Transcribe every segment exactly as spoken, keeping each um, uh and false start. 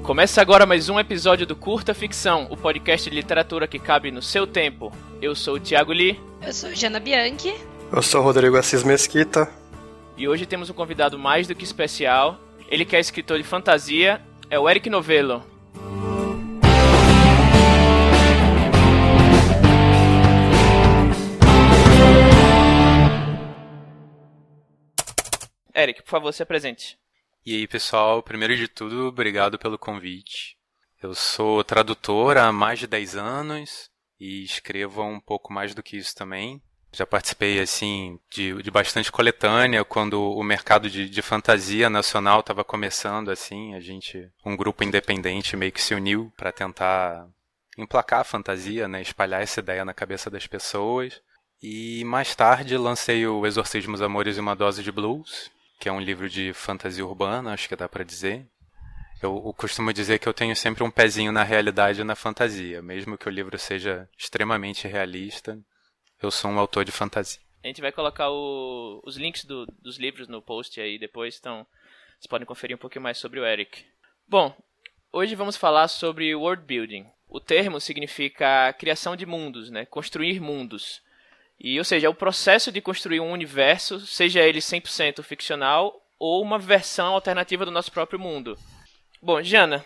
Começa agora mais um episódio do Curta Ficção, o podcast de literatura que cabe no seu tempo. Eu sou o Thiago Lee. Eu sou Jana Bianchi. Eu sou o Rodrigo Assis Mesquita. E hoje temos um convidado mais do que especial. Ele que é escritor de fantasia, é o Eric Novello. Eric, por favor, se apresente. E aí, pessoal, primeiro de tudo, obrigado pelo convite. Eu sou tradutor há mais de dez anos e escrevo há um pouco mais do que isso também. Já participei, assim, de, de bastante coletânea quando o mercado de, de fantasia nacional estava começando, assim. A gente, um grupo independente meio que se uniu para tentar emplacar a fantasia, né, espalhar essa ideia na cabeça das pessoas. E mais tarde lancei o Exorcismos, Amores e uma Dose de Blues, que é um livro de fantasia urbana, acho que dá para dizer. Eu, eu costumo dizer que eu tenho sempre um pezinho na realidade e na fantasia. Mesmo que o livro seja extremamente realista, eu sou um autor de fantasia. A gente vai colocar o, os links do, dos livros no post aí depois, então vocês podem conferir um pouquinho mais sobre o Eric. Bom, hoje vamos falar sobre world building. O termo significa criação de mundos, né? Construir mundos. E, ou seja, é o processo de construir um universo, seja ele cem por cento ficcional ou uma versão alternativa do nosso próprio mundo. Bom, Jana,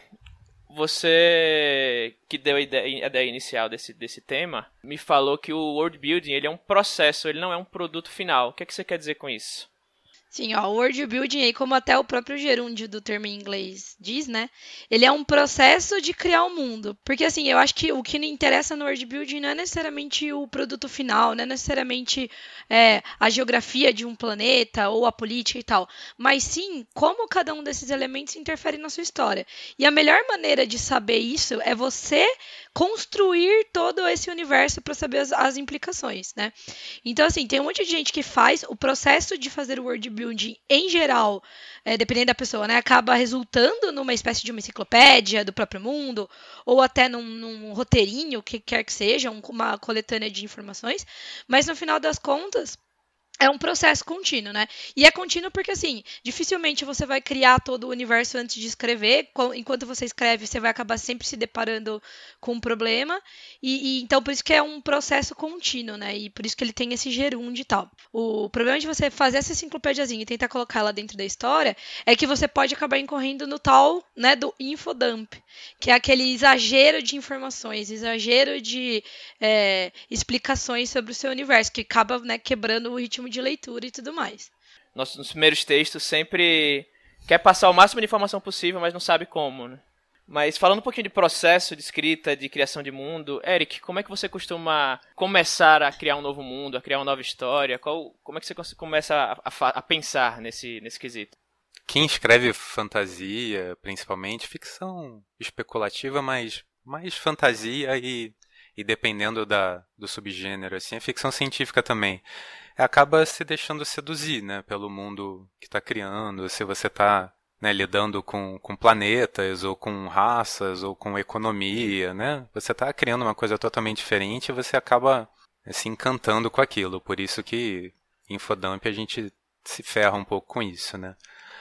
você que deu a ideia, a ideia inicial desse, desse tema, me falou que o world building ele é um processo, ele não é um produto final. O que é que você quer dizer com isso? Sim, ó, o world building, aí, como até o próprio gerúndio do termo em inglês diz, né? Ele é um processo de criar o um mundo. Porque, assim, eu acho que o que me interessa no world building não é necessariamente o produto final, não é necessariamente é, a geografia de um planeta ou a política e tal. Mas sim, como cada um desses elementos interfere na sua história. E a melhor maneira de saber isso é você construir todo esse universo para saber as, as implicações, né? Então, assim, tem um monte de gente que faz o processo de fazer o world building em geral, é, dependendo da pessoa, né? Acaba resultando numa espécie de uma enciclopédia do próprio mundo, ou até num, num roteirinho, o que quer que seja, um, uma coletânea de informações, mas no final das contas, é um processo contínuo, né? E é contínuo porque, assim, dificilmente você vai criar todo o universo antes de escrever. Enquanto você escreve, você vai acabar sempre se deparando com um problema. E, e então, por isso que é um processo contínuo, né? E por isso que ele tem esse gerúndio e tal. O problema de você fazer essa enciclopédiazinha e tentar colocar ela dentro da história é que você pode acabar incorrendo no tal, né, do infodump, que é aquele exagero de informações, exagero de é, explicações sobre o seu universo, que acaba, né, quebrando o ritmo de leitura e tudo mais. Nossa, nos primeiros textos sempre quer passar o máximo de informação possível, mas não sabe como, né? Mas falando um pouquinho de processo de escrita, de criação de mundo, Eric, como é que você costuma começar a criar um novo mundo, a criar uma nova história? Qual, como é que você começa a, a, a pensar nesse, nesse quesito? Quem escreve fantasia, principalmente, ficção especulativa, mas mais fantasia e, e dependendo da, do subgênero, assim, é ficção científica também. Acaba se deixando seduzir, né, pelo mundo que está criando, se você está, né, lidando com, com planetas, ou com raças, ou com economia, né, você está criando uma coisa totalmente diferente e você acaba se encantando com aquilo, por isso que em Infodump a gente se ferra um pouco com isso, né,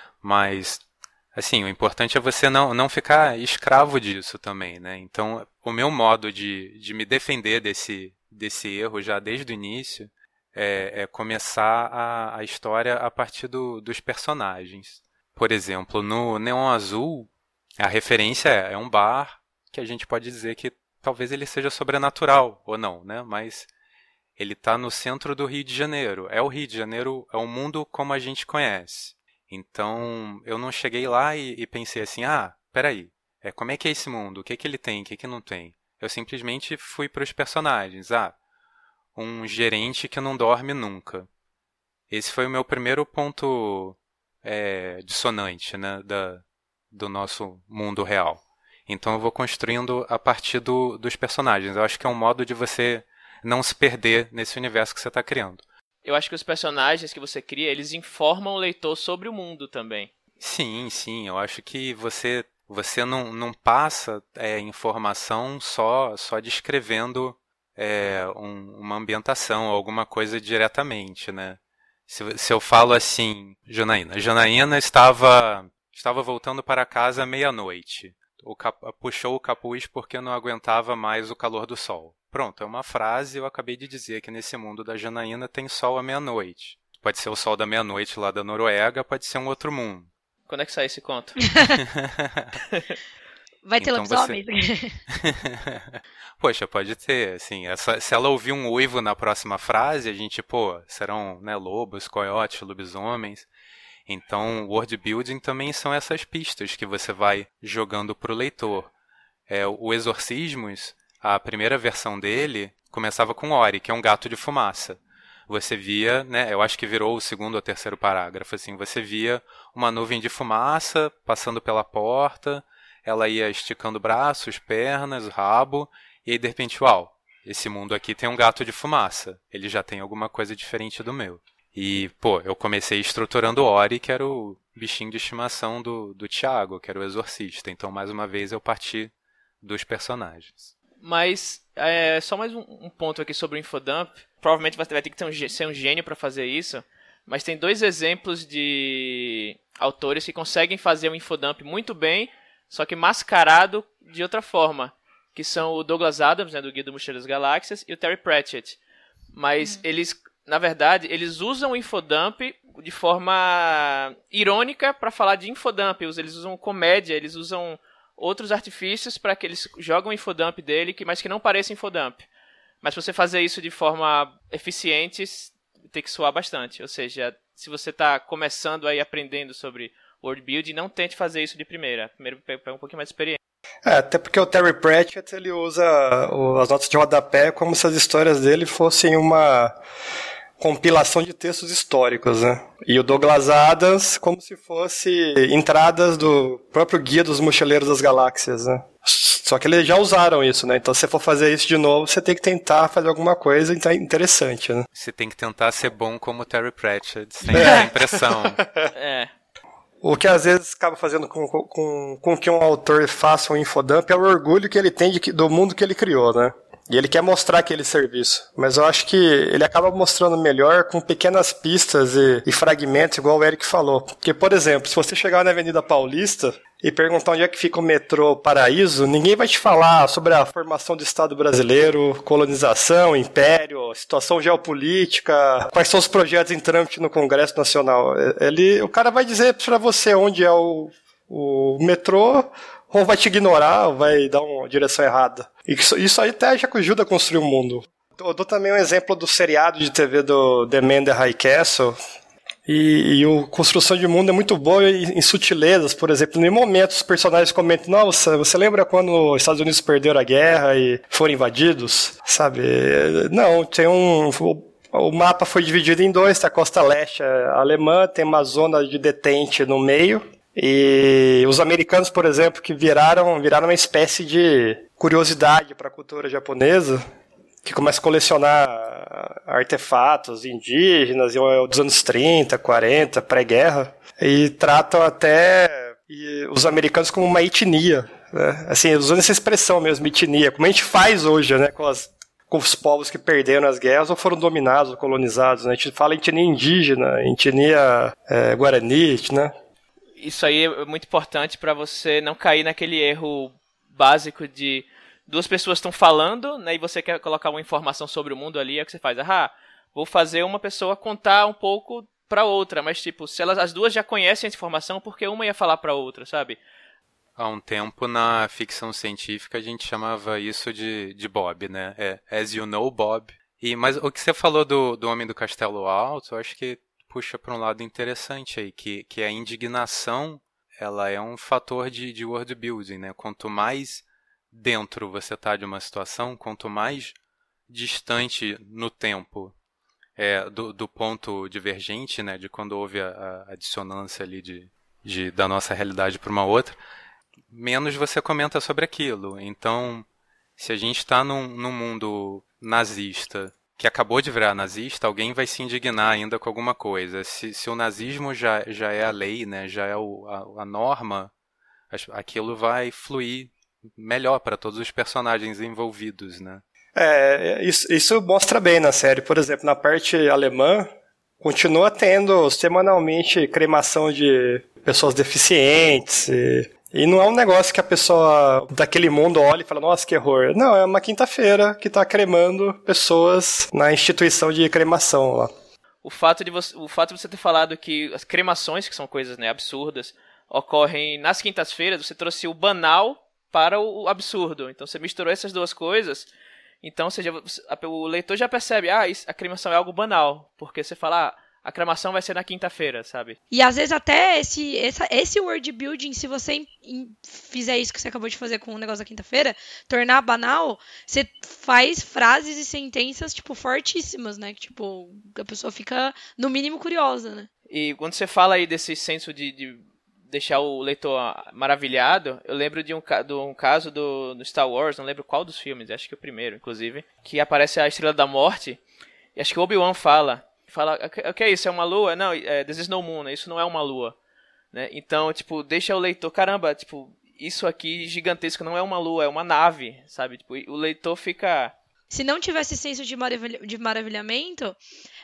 mas, assim, o importante é você não, não ficar escravo disso também, né, então o meu modo de, de me defender desse, desse erro já desde o início É, é começar a, a história a partir do, dos personagens. Por exemplo, no Neon Azul, a referência é, é um bar que a gente pode dizer que talvez ele seja sobrenatural, ou não, né? Mas ele está no centro do Rio de Janeiro. É o Rio de Janeiro, é o mundo como a gente conhece. Então, eu não cheguei lá e, e pensei assim, ah, peraí, é, como é que é esse mundo? O que, que ele tem? O que, que não tem? Eu simplesmente fui para os personagens. Ah, um gerente que não dorme nunca. Esse foi o meu primeiro ponto é, dissonante, né, da, do nosso mundo real. Então eu vou construindo a partir do, dos personagens. Eu acho que é um modo de você não se perder nesse universo que você está criando. Eu acho que os personagens que você cria, eles informam o leitor sobre o mundo também. Sim, sim. Eu acho que você, você não, não passa é, informação só, só descrevendo É, um, uma ambientação, alguma coisa diretamente, né? Se, se eu falo assim, Janaína, Janaína estava, estava voltando para casa à meia-noite. o cap... puxou o capuz porque não aguentava mais o calor do sol. Pronto, é uma frase, eu acabei de dizer que nesse mundo da Janaína tem sol à meia-noite. Pode ser o sol da meia-noite lá da Noruega, pode ser um outro mundo. Quando é que sai esse conto? Vai ter Então lobisomens. você... Poxa, pode ter, assim, essa, se ela ouvir um uivo na próxima frase, a gente, pô, serão, né, lobos, coiotes, lobisomens. Então, world building também são essas pistas que você vai jogando pro leitor. É, o Exorcismos, a primeira versão dele, começava com Ori, que é um gato de fumaça. Você via, né, eu acho que virou o segundo ou terceiro parágrafo, assim, você via uma nuvem de fumaça passando pela porta, ela ia esticando braços, pernas, rabo, e aí de repente, uau, esse mundo aqui tem um gato de fumaça, ele já tem alguma coisa diferente do meu. E, pô, eu comecei estruturando Ori, que era o bichinho de estimação do, do Thiago, que era o exorcista, então mais uma vez eu parti dos personagens. Mas, é, só mais um, um ponto aqui sobre o infodump, provavelmente você vai ter que ter um, ser um gênio para fazer isso, mas tem dois exemplos de autores que conseguem fazer o infodump muito bem, só que mascarado de outra forma, que são o Douglas Adams, né, do Guia do Mochileiro das Galáxias, e o Terry Pratchett. Mas hum. eles, na verdade, eles usam o infodump de forma irônica para falar de infodump. Eles usam comédia, eles usam outros artifícios para que eles jogam o infodump dele, mas que não pareça infodump. Mas para você fazer isso de forma eficiente, tem que suar bastante. Ou seja, se você está começando aí aprendendo sobre world building, não tente fazer isso de primeira. Primeiro pega um pouquinho mais de experiência. É, até porque o Terry Pratchett, ele usa as notas de rodapé como se as histórias dele fossem uma compilação de textos históricos, né? E o Douglas Adams como se fosse entradas do próprio Guia dos Mochileiros das Galáxias, né? Só que eles já usaram isso, né? Então se você for fazer isso de novo, você tem que tentar fazer alguma coisa interessante, né? Você tem que tentar ser bom como o Terry Pratchett, sem é. essa impressão. É. O que às vezes acaba fazendo com, com, com que um autor faça um infodump é o orgulho que ele tem de, do mundo que ele criou, né? E ele quer mostrar aquele serviço. Mas eu acho que ele acaba mostrando melhor com pequenas pistas e, e fragmentos, igual o Eric falou. Porque, por exemplo, se você chegar na Avenida Paulista e perguntar onde é que fica o metrô Paraíso, ninguém vai te falar sobre a formação do Estado brasileiro, colonização, império, situação geopolítica, quais são os projetos em trâmite no Congresso Nacional. Ele, o cara vai dizer pra você onde é o, o metrô, ou vai te ignorar, ou vai dar uma direção errada. Isso, isso aí até já ajuda a construir o mundo. Eu dou também um exemplo do seriado de T V do The Man in the High Castle. E, e a construção de mundo é muito boa em, em sutilezas, por exemplo. Em momentos os personagens comentam, nossa, você lembra quando os Estados Unidos perderam a guerra e foram invadidos? Sabe? Não, tem um... O mapa foi dividido em dois, tem a costa leste alemã, tem uma zona de detente no meio. E os americanos, por exemplo, que viraram, viraram uma espécie de curiosidade para a cultura japonesa, que começa a colecionar artefatos indígenas dos anos trinta, quarenta, pré-guerra, e tratam até os americanos como uma etnia, né? Assim, usando essa expressão mesmo, etnia, como a gente faz hoje, né, com, as, com os povos que perderam as guerras ou foram dominados ou colonizados, né? A gente fala etnia indígena, etnia é, guarani, né? Isso aí é muito importante para você não cair naquele erro básico de duas pessoas estão falando, né, e você quer colocar uma informação sobre o mundo ali, é o que você faz. Ah, vou fazer uma pessoa contar um pouco para outra, mas tipo, se elas as duas já conhecem essa informação, por que uma ia falar para outra, sabe? Há um tempo na ficção científica a gente chamava isso de, de Bob, né? É As You Know, Bob. E, mas o que você falou do, do Homem do Castelo Alto, eu acho que puxa para um lado interessante aí, que, que a indignação, ela é um fator de, de world building, né? Quanto mais dentro você está de uma situação, quanto mais distante no tempo é, do, do ponto divergente, né? De quando houve a, a dissonância ali de, de, da nossa realidade para uma outra, menos você comenta sobre aquilo. Então, se a gente está num, num mundo nazista, que acabou de virar nazista, alguém vai se indignar ainda com alguma coisa. Se, se o nazismo já, já é a lei, né, já é o, a, a norma, aquilo vai fluir melhor para todos os personagens envolvidos, né? É, isso, isso mostra bem na série. Por exemplo, na parte alemã, continua tendo semanalmente cremação de pessoas deficientes e, E não é um negócio que a pessoa daquele mundo olha e fala, nossa, que horror. Não, é uma quinta-feira que tá cremando pessoas na instituição de cremação lá. O fato de você, o fato de você ter falado que as cremações, que são coisas, né, absurdas, ocorrem nas quintas-feiras, você trouxe o banal para o absurdo. Então você misturou essas duas coisas. Então, ou seja, o leitor já percebe, ah, isso, a cremação é algo banal. Porque você fala, ah, a cremação vai ser na quinta-feira, sabe? E às vezes até esse, essa, esse word building, se você in, in, fizer isso que você acabou de fazer com o negócio da quinta-feira, tornar banal, você faz frases e sentenças, tipo, fortíssimas, né? Que, tipo, a pessoa fica, no mínimo, curiosa, né? E quando você fala aí desse senso de, de deixar o leitor maravilhado, eu lembro de um, de um caso do, do Star Wars, não lembro qual dos filmes, acho que é o primeiro, inclusive, que aparece a Estrela da Morte, e acho que o Obi-Wan fala... Fala, o que é isso? É uma lua? Não, é, this is no moon, isso não é uma lua. Né? Então, tipo, deixa o leitor, caramba, tipo, isso aqui gigantesco não é uma lua, é uma nave, sabe? Tipo, o leitor fica... Se não tivesse senso de, maravilha, de maravilhamento,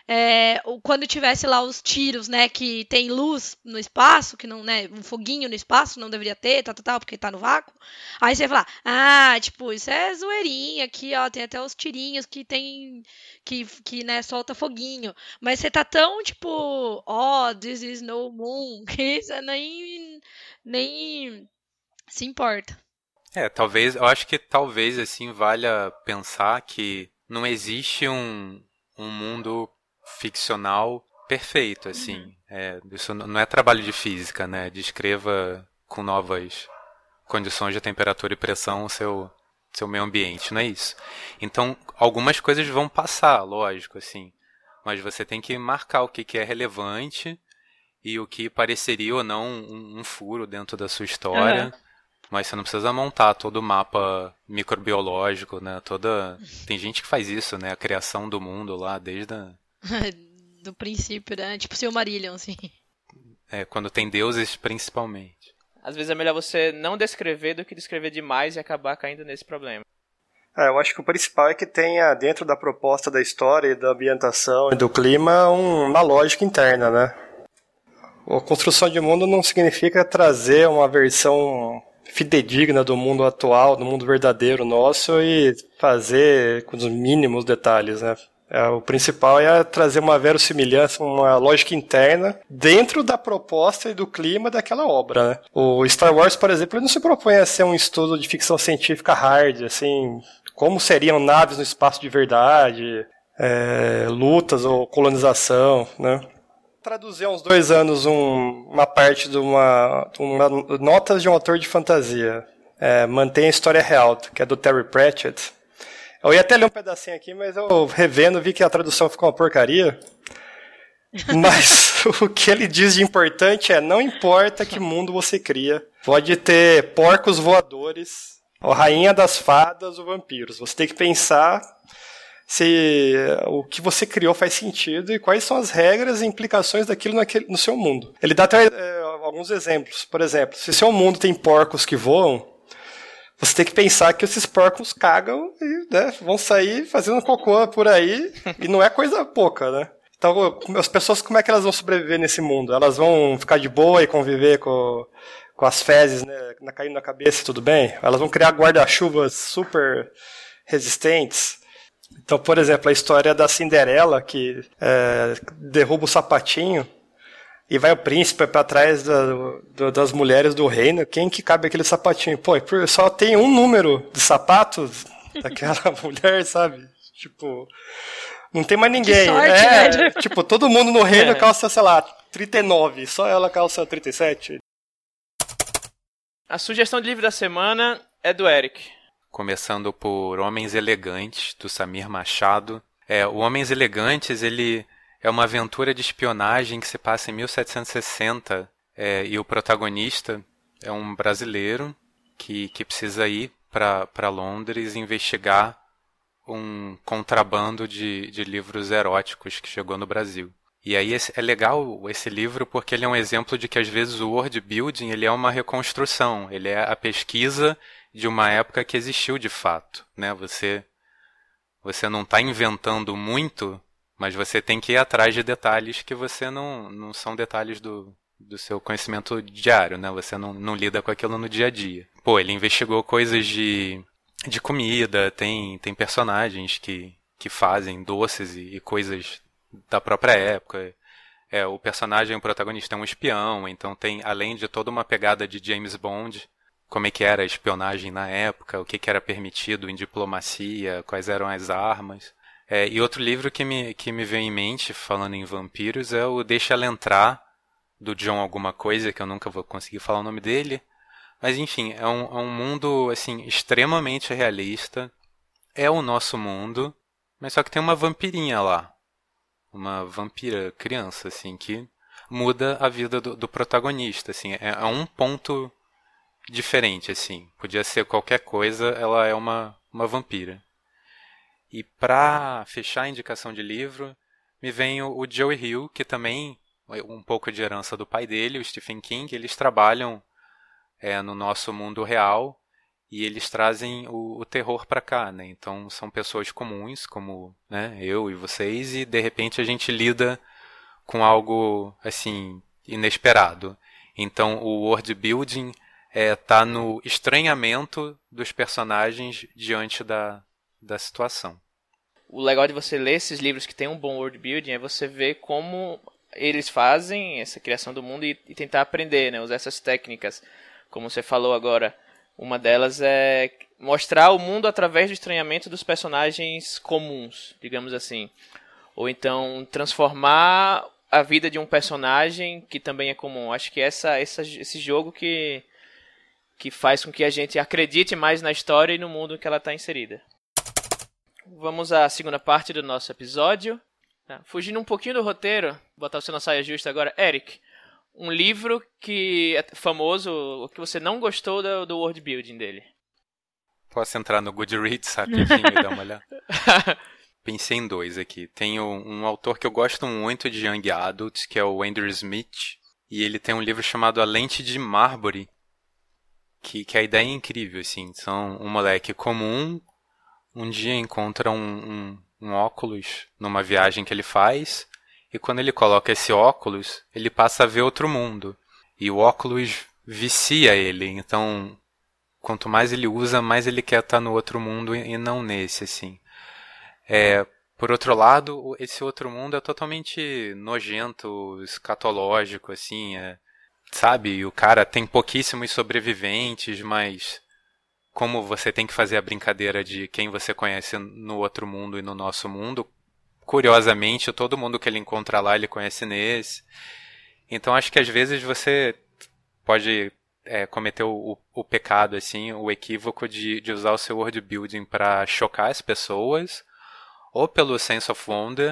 é, quando tivesse lá os tiros, né, que tem luz no espaço, que não, né, um foguinho no espaço não deveria ter, tal, tal, tal, porque tá no vácuo, aí você vai falar, ah, tipo, isso é zoeirinha aqui, ó, tem até os tirinhos que tem, que, que né, solta foguinho, mas você tá tão, tipo, ó, oh, this is no moon, que você nem, nem se importa. É, talvez, eu acho que talvez, assim, valha pensar que não existe um, um mundo ficcional perfeito, assim. Uhum. É, isso não é trabalho de física, né? Descreva com novas condições de temperatura e pressão o seu, seu meio ambiente, não é isso. Então, algumas coisas vão passar, lógico, assim. Mas você tem que marcar o que, que é relevante e o que pareceria ou não um, um furo dentro da sua história. Uhum. Mas você não precisa montar todo o mapa microbiológico, né? Toda... Tem gente que faz isso, né? A criação do mundo lá, desde a... do princípio, né? Tipo o Silmarillion, assim. É, quando tem deuses, principalmente. Às vezes é melhor você não descrever do que descrever demais e acabar caindo nesse problema. É, eu acho que o principal é que tenha, dentro da proposta da história e da ambientação e do clima, um, uma lógica interna, né? A construção de mundo não significa trazer uma versão fidedigna do mundo atual, do mundo verdadeiro nosso e fazer com os mínimos detalhes, né? É, o principal é trazer uma verossimilhança, uma lógica interna dentro da proposta e do clima daquela obra, né? O Star Wars, por exemplo, ele não se propõe a ser um estudo de ficção científica hard, assim, como seriam naves no espaço de verdade, é, lutas ou colonização, né? Traduzir há uns dois anos um, uma parte de uma, uma notas de um autor de fantasia, é, mantém a história real, que é do Terry Pratchett. Eu ia até ler um pedacinho aqui, mas eu revendo vi que a tradução ficou uma porcaria. Mas o que ele diz de importante é, não importa que mundo você cria, pode ter porcos voadores, a rainha das fadas ou vampiros. Você tem que pensar se o que você criou faz sentido e quais são as regras e implicações daquilo naquele, no seu mundo. Ele dá até é, alguns exemplos. Por exemplo, se seu mundo tem porcos que voam, você tem que pensar que esses porcos cagam e, né, vão sair fazendo cocô por aí, e não é coisa pouca, né? Então, as pessoas, como é que elas vão sobreviver nesse mundo? Elas vão ficar de boa e conviver com, com as fezes, né, caindo na cabeça e tudo bem? Elas vão criar guarda-chuvas super resistentes? Então, por exemplo, a história da Cinderela, que é, derruba o sapatinho e vai o príncipe para trás da, do, das mulheres do reino. Quem que cabe aquele sapatinho? Pô, só tem um número de sapatos daquela mulher, sabe? Tipo, não tem mais ninguém. Sorte, é, né? Tipo, todo mundo no reino calça, sei lá, trinta e nove, só ela calça trinta e sete. A sugestão de livro da semana é do Eric. Começando por Homens Elegantes, do Samir Machado. É, o Homens Elegantes, ele é uma aventura de espionagem que se passa em mil setecentos e sessenta, é, e o protagonista é um brasileiro que, que precisa ir para Londres investigar um contrabando de, de livros eróticos que chegou no Brasil. E aí esse, é legal esse livro porque ele é um exemplo de que às vezes o world building ele é uma reconstrução, ele é a pesquisa de uma época que existiu de fato, né? Você, você não está inventando muito, mas você tem que ir atrás de detalhes que você não, não são detalhes do, do seu conhecimento diário, né? Você não, não lida com aquilo no dia a dia. Pô, ele investigou coisas de, de comida, tem, tem personagens que, que fazem doces e, e coisas da própria época. É, o personagem, o protagonista é um espião, então tem, além de toda uma pegada de James Bond, como é que era a espionagem na época, o que, que era permitido em diplomacia, quais eram as armas. É, e outro livro que me, que me veio em mente, falando em vampiros, é o Deixa Ela Entrar, do John alguma coisa, que eu nunca vou conseguir falar o nome dele. Mas enfim, é um, é um mundo assim, extremamente realista. É o nosso mundo, mas só que tem uma vampirinha lá. Uma vampira criança, assim, que muda a vida do, do protagonista, assim. É, é um ponto diferente, assim. Podia ser qualquer coisa, ela é uma, uma vampira. E pra fechar a indicação de livro, me vem o, o Joe Hill, que também um pouco de herança do pai dele, o Stephen King. Eles trabalham é, no nosso mundo real e eles trazem o, o terror para cá, né? Então são pessoas comuns, como, né, eu e vocês, e de repente a gente lida com algo assim inesperado. Então o world building é, tá no estranhamento dos personagens diante da, da situação. O legal de você ler esses livros que tem um bom world building é você ver como eles fazem essa criação do mundo e, e tentar aprender, né? Usar essas técnicas, como você falou agora. Uma delas é mostrar o mundo através do estranhamento dos personagens comuns, digamos assim. Ou então transformar a vida de um personagem que também é comum. Acho que essa, essa, esse jogo que, que faz com que a gente acredite mais na história e no mundo em que ela está inserida. Vamos à segunda parte do nosso episódio. Fugindo um pouquinho do roteiro, botar você na saia justa agora. Eric, um livro que é famoso, o que você não gostou do, do world building dele? Posso entrar no Goodreads rapidinho e dar uma olhada? Pensei em dois aqui. Tem um, um autor que eu gosto muito de Young Adult, que é o Andrew Smith, e ele tem um livro chamado A Lente de Marbury, que, que a ideia é incrível, assim. São um moleque comum, um dia encontra um, um, um óculos numa viagem que ele faz, e quando ele coloca esse óculos, ele passa a ver outro mundo. E o óculos vicia ele. Então, quanto mais ele usa, mais ele quer estar no outro mundo e não nesse, assim. É, por outro lado, esse outro mundo é totalmente nojento, escatológico, assim. É, sabe, o cara tem pouquíssimos sobreviventes, mas como você tem que fazer a brincadeira de quem você conhece no outro mundo e no nosso mundo, curiosamente, todo mundo que ele encontra lá, ele conhece nesse. Então, acho que às vezes você pode é, cometer o, o, o pecado, assim, o equívoco de, de usar o seu world building para chocar as pessoas, ou pelo sense of wonder,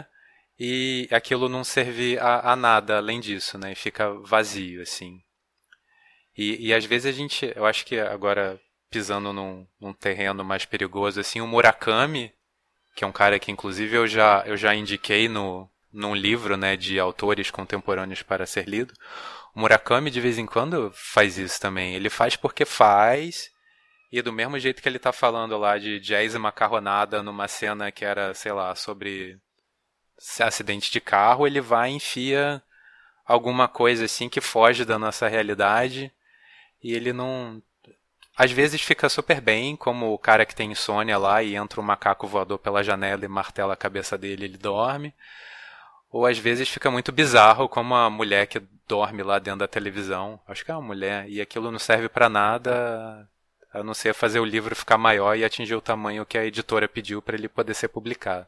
e aquilo não servir a, a nada além disso, né? E fica vazio, assim. E, e às vezes a gente, eu acho que agora, pisando num, num terreno mais perigoso, assim, o Murakami, que é um cara que inclusive eu já, eu já indiquei no, num livro, né, de autores contemporâneos para ser lido. O Murakami de vez em quando faz isso também. Ele faz porque faz, e do mesmo jeito que ele tá falando lá de jazz e macarronada numa cena que era, sei lá, sobre acidente de carro, ele vai e enfia alguma coisa assim que foge da nossa realidade, e ele não... Às vezes fica super bem, como o cara que tem insônia lá e entra um macaco voador pela janela e martela a cabeça dele e ele dorme. Ou às vezes fica muito bizarro, como a mulher que dorme lá dentro da televisão. Acho que é uma mulher, e aquilo não serve pra nada, a não ser fazer o livro ficar maior e atingir o tamanho que a editora pediu para ele poder ser publicado.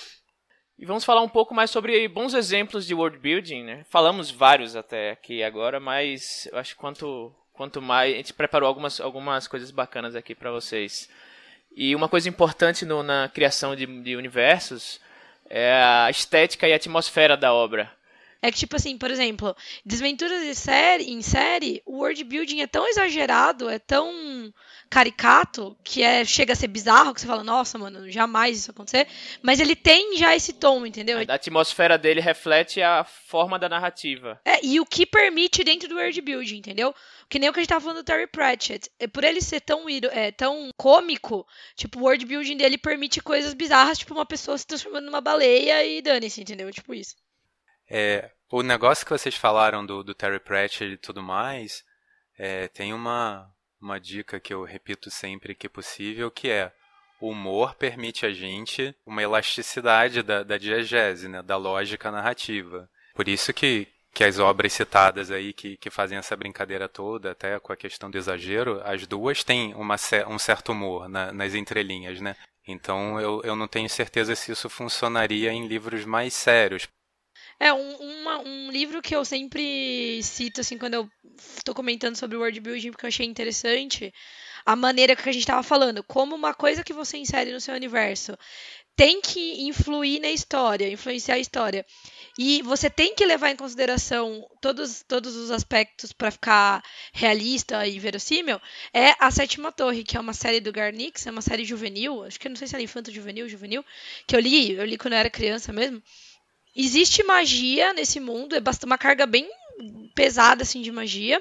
E vamos falar um pouco mais sobre bons exemplos de world building, né? Falamos vários até aqui agora, mas eu acho que quanto... Quanto mais, a gente preparou algumas, algumas coisas bacanas aqui para vocês. E uma coisa importante no, na criação de, de universos é a estética e a atmosfera da obra. É que, tipo assim, por exemplo, Desventuras de série, em série, o world building é tão exagerado, é tão caricato, que é, chega a ser bizarro, que você fala, nossa, mano, jamais isso acontecer. Mas ele tem já esse tom, entendeu? A atmosfera dele reflete a forma da narrativa. É, e o que permite dentro do world building, entendeu? Que nem o que a gente tava falando do Terry Pratchett. Por ele ser tão, é, tão cômico, tipo, o world building dele permite coisas bizarras, tipo uma pessoa se transformando numa baleia e dane-se, entendeu? Tipo isso. É, O negócio que vocês falaram do, do Terry Pratchett e tudo mais, é, tem uma, uma dica que eu repito sempre que possível, que é: o humor permite a gente uma elasticidade da, da diegese, né, da lógica narrativa. Por isso que, que as obras citadas aí, que, que fazem essa brincadeira toda, até com a questão do exagero, as duas têm uma, um certo humor na, nas entrelinhas, né? Então eu, eu não tenho certeza se isso funcionaria em livros mais sérios. É, um, uma, um livro que eu sempre cito, assim, quando eu tô comentando sobre o world building, porque eu achei interessante a maneira que a gente tava falando, como uma coisa que você insere no seu universo tem que influir na história, influenciar a história. E você tem que levar em consideração todos, todos os aspectos para ficar realista e verossímil, é A Sétima Torre, que é uma série do Garnix, é uma série juvenil, acho que não sei se ela é infanto-juvenil, juvenil, que eu li, eu li quando eu era criança mesmo. Existe magia nesse mundo, é uma carga bem pesada assim de magia.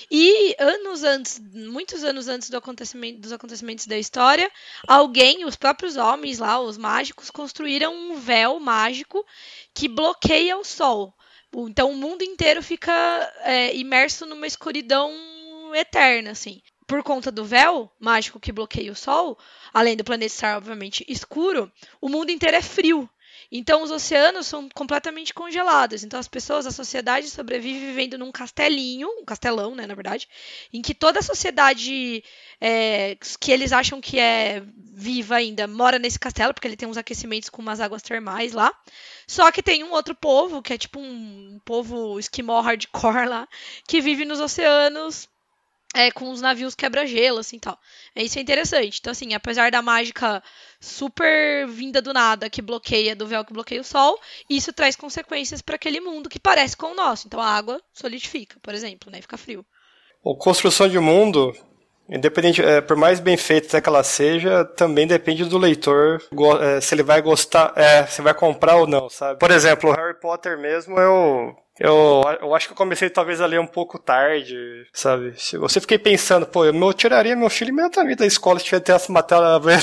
E anos antes, muitos anos antes do acontecimento, dos acontecimentos da história, alguém, os próprios homens lá, os mágicos, construíram um véu mágico que bloqueia o sol. Então o mundo inteiro fica é, imerso numa escuridão eterna, assim. Por conta do véu mágico que bloqueia o sol, além do planeta estar, obviamente, escuro, o mundo inteiro é frio. Então, os oceanos são completamente congelados. Então, as pessoas, a sociedade sobrevive vivendo num castelinho, um castelão, né, na verdade, em que toda a sociedade é, que eles acham que é viva ainda mora nesse castelo, porque ele tem uns aquecimentos com umas águas termais lá. Só que tem um outro povo, que é tipo um, um povo esquimó hardcore lá, que vive nos oceanos é, com os navios quebra-gelo, assim, tal. É, isso é interessante. Então, assim, apesar da mágica super vinda do nada, que bloqueia, do véu que bloqueia o sol, isso traz consequências para aquele mundo que parece com o nosso. Então, a água solidifica, por exemplo, né? Fica frio. A construção de mundo, independente, é, por mais bem feita que ela seja, também depende do leitor, é, se ele vai gostar, é, se vai comprar ou não, sabe? Por exemplo, o Harry Potter mesmo, eu... Eu, eu acho que eu comecei talvez a ler um pouco tarde, sabe? Você fiquei pensando, pô, eu, eu tiraria meu filho imediatamente da escola se tivesse essa matéria.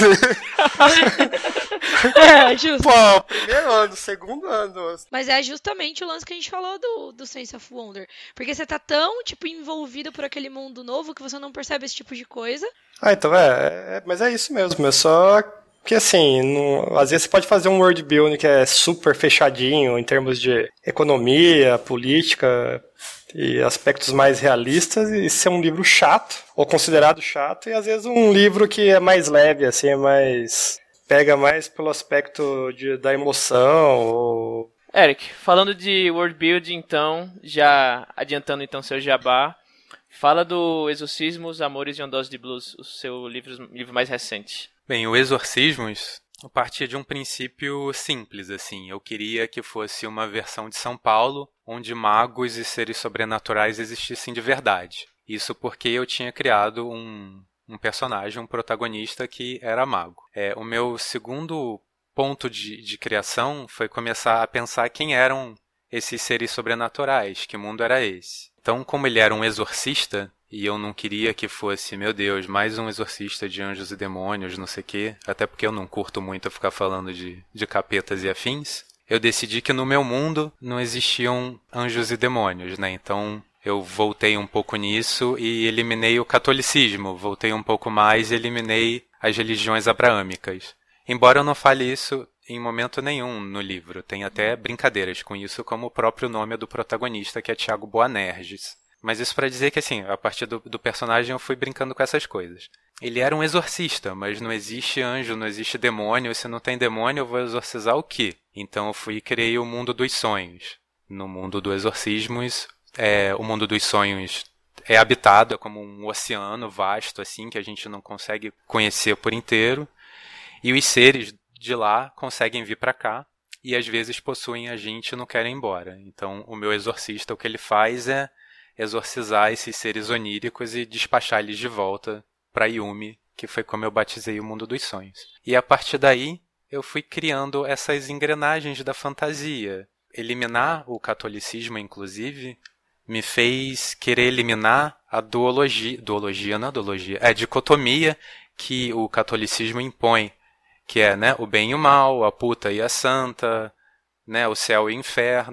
É, justo. Pô, primeiro ano, segundo ano. Mas é justamente o lance que a gente falou do, do Sense of Wonder. Porque você tá tão, tipo, envolvido por aquele mundo novo que você não percebe esse tipo de coisa. Ah, então é, é mas é isso mesmo, é só... Porque assim, não, às vezes você pode fazer um world building que é super fechadinho em termos de economia, política e aspectos mais realistas e ser um livro chato, ou considerado chato, e às vezes um livro que é mais leve, assim, é mais... pega mais pelo aspecto de, da emoção. Ou... Eric, falando de world building, então, já adiantando então seu jabá, fala do Exorcismos, Amores e uma Dose de Blues, o seu livro, livro mais recente. Bem, o Exorcismos partia de um princípio simples, assim. Eu queria que fosse uma versão de São Paulo, onde magos e seres sobrenaturais existissem de verdade. Isso porque eu tinha criado um, um personagem, um protagonista que era mago. É, o meu segundo ponto de, de criação foi começar a pensar quem eram esses seres sobrenaturais, que mundo era esse. Então, como ele era um exorcista... E eu não queria que fosse, meu Deus, mais um exorcista de anjos e demônios, não sei o quê. Até porque eu não curto muito ficar falando de, de capetas e afins. Eu decidi que no meu mundo não existiam anjos e demônios, né? Então eu voltei um pouco nisso e eliminei o catolicismo. Voltei um pouco mais e eliminei as religiões abraâmicas. Embora eu não fale isso em momento nenhum no livro. Tem até brincadeiras com isso, como o próprio nome do protagonista, que é Tiago Boanerges. Mas isso para dizer que, assim, a partir do, do personagem eu fui brincando com essas coisas. Ele era um exorcista, mas não existe anjo, não existe demônio. Se não tem demônio, eu vou exorcizar o quê? Então eu fui e criei o mundo dos sonhos. No mundo do exorcismos, é, o mundo dos sonhos é habitado, é como um oceano vasto, assim, que a gente não consegue conhecer por inteiro. E os seres de lá conseguem vir para cá e às vezes possuem a gente e não querem ir embora. Então o meu exorcista, o que ele faz é exorcizar esses seres oníricos e despachar eles de volta para Yumi, que foi como eu batizei o mundo dos sonhos. E a partir daí, eu fui criando essas engrenagens da fantasia. Eliminar o catolicismo, inclusive, me fez querer eliminar a duologia, duologia não é duologia, é a dicotomia que o catolicismo impõe, que é, né, o bem e o mal, a puta e a santa, né, o céu e o inferno.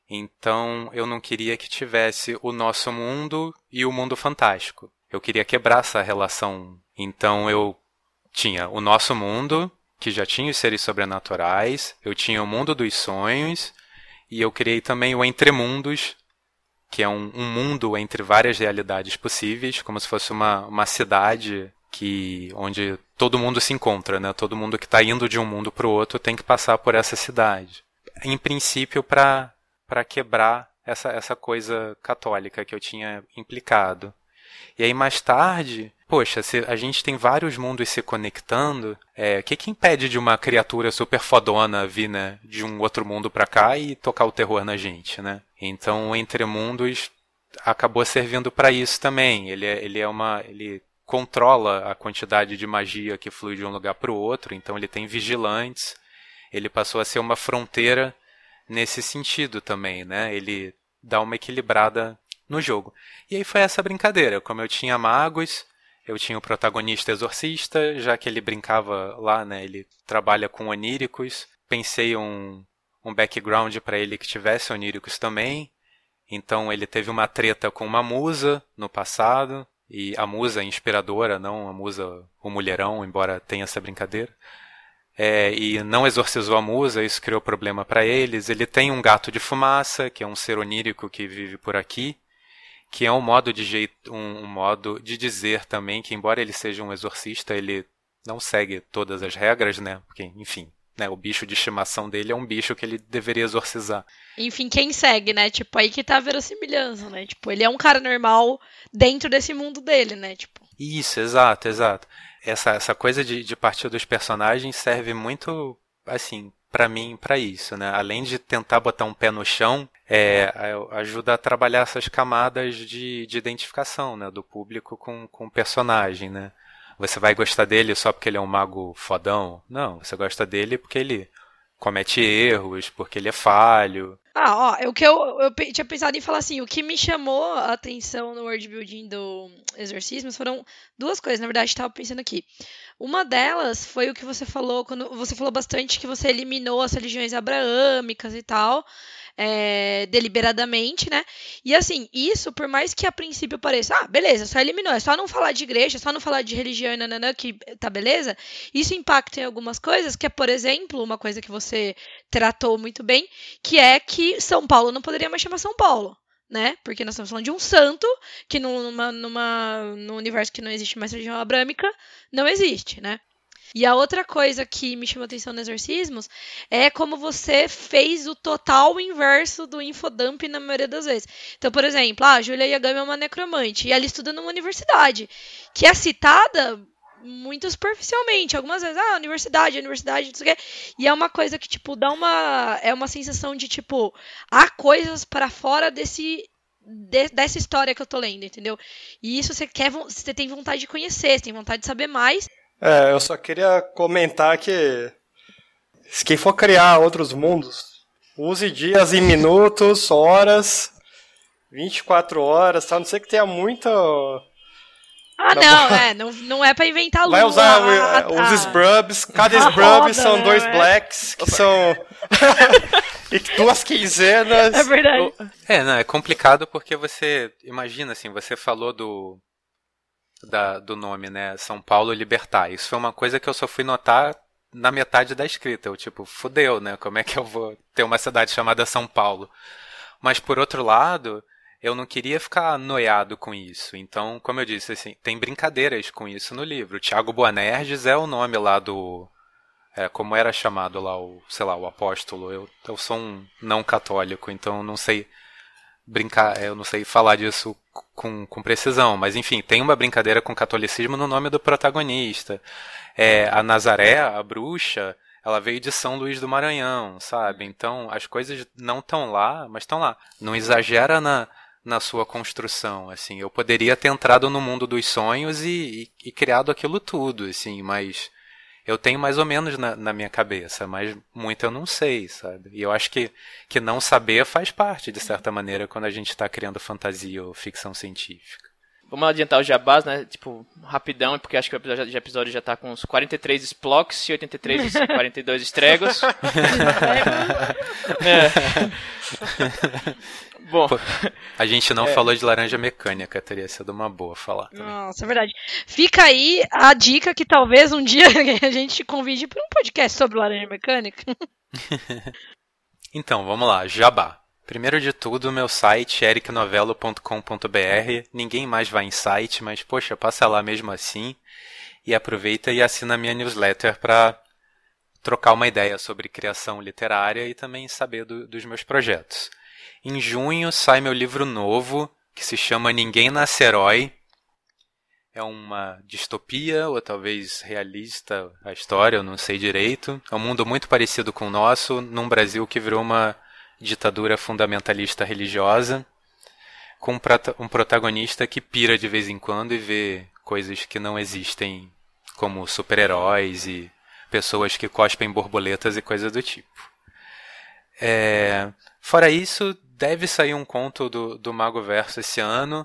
Então eu não queria que tivesse o nosso mundo e o mundo fantástico. Eu queria quebrar essa relação. Então eu tinha o nosso mundo, que já tinha os seres sobrenaturais, eu tinha o mundo dos sonhos, e eu criei também o Entremundos, que é um, um mundo entre várias realidades possíveis, como se fosse uma, uma cidade que, onde todo mundo se encontra, né? Todo mundo que está indo de um mundo para o outro tem que passar por essa cidade. Em princípio, para para quebrar essa, essa coisa católica que eu tinha implicado. E aí, mais tarde, poxa, se a gente tem vários mundos se conectando, é, o que que impede de uma criatura super fodona vir, né, de um outro mundo pra cá e tocar o terror na gente, né? Então, o Entre Mundos acabou servindo para isso também. Ele é, ele é uma... Ele controla a quantidade de magia que flui de um lugar para o outro, então ele tem vigilantes. Ele passou a ser uma fronteira nesse sentido também, né? Ele dá uma equilibrada no jogo. E aí foi essa brincadeira. Como eu tinha magos, eu tinha o protagonista exorcista, já que ele brincava lá, né? Ele trabalha com oníricos. Pensei um, um background para ele que tivesse oníricos também. Então ele teve uma treta com uma musa no passado. E a musa inspiradora, não a musa o mulherão, embora tenha essa brincadeira. É, e não exorcizou a musa, isso criou problema para eles. Ele tem um gato de fumaça, que é um ser onírico que vive por aqui, que é um modo de jeito, um, um modo de dizer também que, embora ele seja um exorcista, ele não segue todas as regras, né? Porque, enfim, né, o bicho de estimação dele é um bicho que ele deveria exorcizar. Enfim, quem segue, né? Tipo, aí que tá a verossimilhança, né? Tipo, ele é um cara normal dentro desse mundo dele, né? Tipo. Isso, exato, exato. Essa, essa coisa de, de partir dos personagens serve muito, assim, pra mim, pra isso, né? Além de tentar botar um pé no chão, é, ajuda a trabalhar essas camadas de, de identificação, né? Do público com, com o personagem, né? Você vai gostar dele só porque ele é um mago fodão? Não, você gosta dele porque ele comete erros, porque ele é falho. Ah, ó, o que eu, eu tinha pensado em falar assim, o que me chamou a atenção no world building do Exorcismos foram duas coisas, na verdade, estava pensando aqui. Uma delas foi o que você falou, quando você falou bastante que você eliminou as religiões abraâmicas e tal, é, deliberadamente, né? E assim, isso, por mais que a princípio pareça, ah, beleza, só eliminou, é só não falar de igreja, é só não falar de religião e nananã, que tá beleza, isso impacta em algumas coisas, que é, por exemplo, uma coisa que você tratou muito bem, que é que São Paulo não poderia mais chamar São Paulo, né? Porque nós estamos falando de um santo que numa, numa, num universo que não existe mais religião abrâmica, não existe, né? E a outra coisa que me chamou a atenção no Exorcismos é como você fez o total inverso do infodump na maioria das vezes. Então, por exemplo, a Julia Yagami é uma necromante e ela estuda numa universidade, que é citada muito superficialmente. Algumas vezes, ah, universidade, universidade, não sei o quê. E é uma coisa que, tipo, dá uma... É uma sensação de, tipo, há coisas para fora desse... De, dessa história que eu tô lendo, entendeu? E isso você quer... Você tem vontade de conhecer, você tem vontade de saber mais. É, eu só queria comentar que se quem for criar outros mundos, use dias e minutos, horas, vinte e quatro horas, tá? A não sei que tenha muita... Ah, não, não, é, não, não é pra inventar lua. Vai usar a, a, os scrubs, cada scrub são né, dois blacks, que são... e duas quinzenas. É verdade. É, não, é complicado porque você... Imagina, assim, você falou do... Da, do nome, né? São Paulo Libertar. Isso foi uma coisa que eu só fui notar na metade da escrita. Eu, tipo, fudeu, né? Como é que eu vou ter uma cidade chamada São Paulo? Mas, por outro lado, eu não queria ficar noiado com isso. Então, como eu disse, assim, tem brincadeiras com isso no livro. Tiago Boanerges é o nome lá do... É, como era chamado lá, o, sei lá, o apóstolo. Eu, eu sou um não católico, então não sei... brincar, eu não sei falar disso com, com precisão, mas enfim, tem uma brincadeira com o catolicismo no nome do protagonista. É, a Nazaré, a bruxa, ela veio de São Luís do Maranhão, sabe? Então as coisas não estão lá, mas estão lá. Não exagera na, na sua construção, assim. Eu poderia ter entrado no mundo dos sonhos e, e, e criado aquilo tudo, assim, mas... Eu tenho mais ou menos na, na minha cabeça, mas muito eu não sei, sabe? E eu acho que, que não saber faz parte, de certa maneira, quando a gente está criando fantasia ou ficção científica. vamos adiantar os jabás, né? Tipo, rapidão, porque acho que o episódio, o episódio já tá com uns quarenta e três Splocks e oitenta e três e quarenta e dois Stregos. é. Bom, Pô, a gente não é. falou de laranja mecânica, teria sido uma boa falar também. Nossa, é verdade. Fica aí a dica que talvez um dia a gente convide para um podcast sobre laranja mecânica. Então, vamos lá, jabá. Primeiro de tudo, meu site, eric novello ponto com ponto b r. Ninguém mais vai em site, mas, poxa, passa lá mesmo assim. E aproveita e assina a minha newsletter para trocar uma ideia sobre criação literária e também saber do, dos meus projetos. Em junho sai meu livro novo, que se chama Ninguém Nasce Herói. É uma distopia, ou talvez realista a história, eu não sei direito. É um mundo muito parecido com o nosso, num Brasil que virou uma ditadura fundamentalista religiosa, com um protagonista que pira de vez em quando e vê coisas que não existem, como super-heróis e pessoas que cospem borboletas e coisas do tipo. É... Fora isso, deve sair um conto do, do Mago Verso esse ano,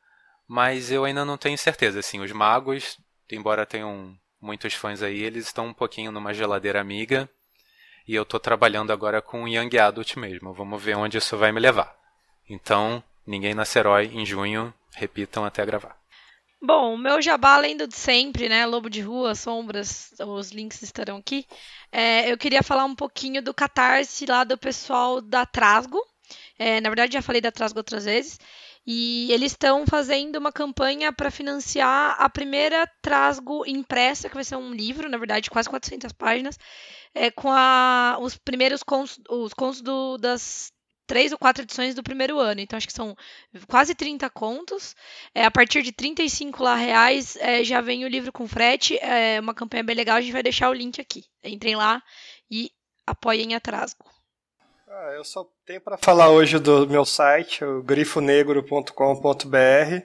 mas eu ainda não tenho certeza. Assim, os magos, embora tenham muitos fãs aí, eles estão um pouquinho numa geladeira amiga, e eu estou trabalhando agora com Young Adult mesmo. Vamos ver onde isso vai me levar. Então, Ninguém Nasce Herói em junho, repitam até gravar. Bom, o meu jabá, além do de sempre, né, Lobo de Rua, Sombras, os links estarão aqui. É, eu queria falar um pouquinho do Catarse lá do pessoal da Trasgo. É, na verdade, já falei da Trasgo outras vezes. E eles estão fazendo uma campanha para financiar a primeira Trasgo impressa, que vai ser um livro, na verdade, quase quatrocentas páginas, é, com a, os primeiros contos, os contos do, das três ou quatro edições do primeiro ano. Então, acho que são quase trinta contos. É, a partir de trinta e cinco lá, reais é, já vem o livro com frete. É uma campanha bem legal, a gente vai deixar o link aqui. Entrem lá e apoiem a Trasgo. Ah, eu só tenho para falar hoje do meu site, o grifonegro ponto com ponto b r.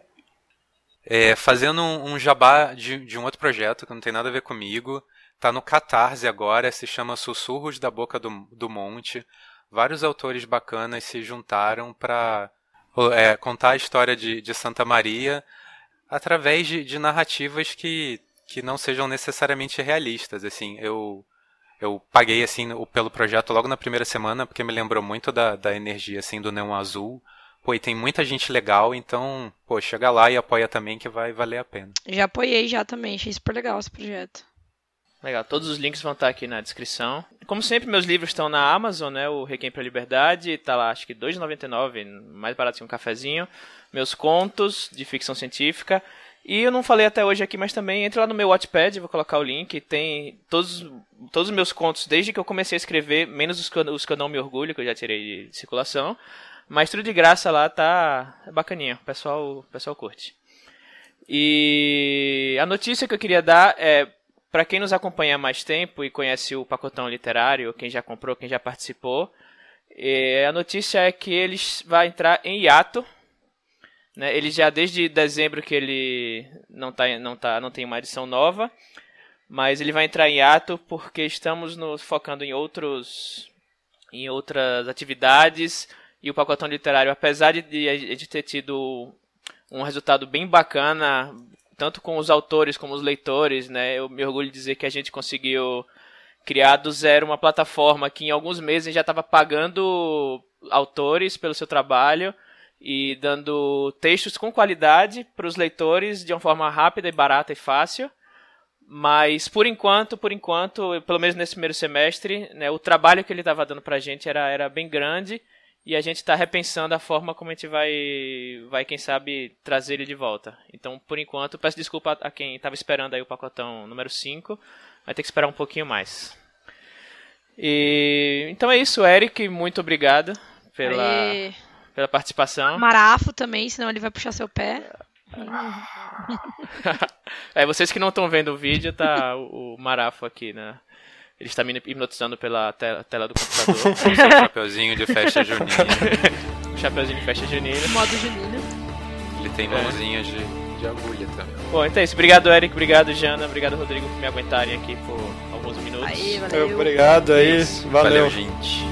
É, fazendo um, um jabá de, de um outro projeto que não tem nada a ver comigo. Tá no Catarse agora, se chama Sussurros da Boca do, do Monte. Vários autores bacanas se juntaram para é, contar a história de, de Santa Maria através de, de narrativas que, que não sejam necessariamente realistas. Assim, eu... Eu paguei assim pelo projeto logo na primeira semana, porque me lembrou muito da, da energia assim, do Neon Azul. Pô, e tem muita gente legal, então, pô, chega lá e apoia também que vai valer a pena. Já apoiei já também, achei super legal esse projeto. Legal, todos os links vão estar aqui na descrição. Como sempre, meus livros estão na Amazon, né? O Requiem pra Liberdade, tá lá acho que dois reais e noventa e nove centavos, mais barato que um cafezinho. Meus contos de ficção científica. E eu não falei até hoje aqui, mas também entre lá no meu Wattpad, vou colocar o link, tem todos, todos os meus contos desde que eu comecei a escrever, menos os que, eu, os que eu não me orgulho, que eu já tirei de circulação. Mas tudo de graça lá, tá bacaninha, o pessoal, o pessoal curte. E a notícia que eu queria dar é, para quem nos acompanha há mais tempo e conhece o Pacotão Literário, quem já comprou, quem já participou, é, a notícia é que ele vai entrar em hiato. Né, ele já desde dezembro que ele não, tá, não, tá, não tem uma edição nova, mas ele vai entrar em hiato porque estamos nos focando em, outros, em outras atividades e o Pacotão Literário, apesar de, de ter tido um resultado bem bacana, tanto com os autores como os leitores, né, eu me orgulho de dizer que a gente conseguiu criar do zero uma plataforma que em alguns meses já estava pagando autores pelo seu trabalho, e dando textos com qualidade para os leitores de uma forma rápida e barata e fácil. Mas, por enquanto, por enquanto, pelo menos nesse primeiro semestre, né, o trabalho que ele estava dando para a gente era, era bem grande e a gente está repensando a forma como a gente vai, vai, quem sabe, trazer ele de volta. Então, por enquanto, peço desculpa a quem estava esperando aí o pacotão número cinco, vai ter que esperar um pouquinho mais. E, então é isso, Eric, muito obrigado pela... Aê. Pela participação. Marafo também, senão ele vai puxar seu pé. É, vocês que não estão vendo o vídeo, tá o, o Marafo aqui, né? Ele está me hipnotizando pela tela, tela do computador. Com seu chapeuzinho de festa junina. O chapeuzinho de festa junina. Modo junina. Ele tem mãozinhas é. de, de agulha também. Bom, então é isso. Obrigado, Eric. Obrigado, Jana. Obrigado, Rodrigo, por me aguentarem aqui por alguns minutos. Aí, valeu. Obrigado aí. Valeu, valeu gente.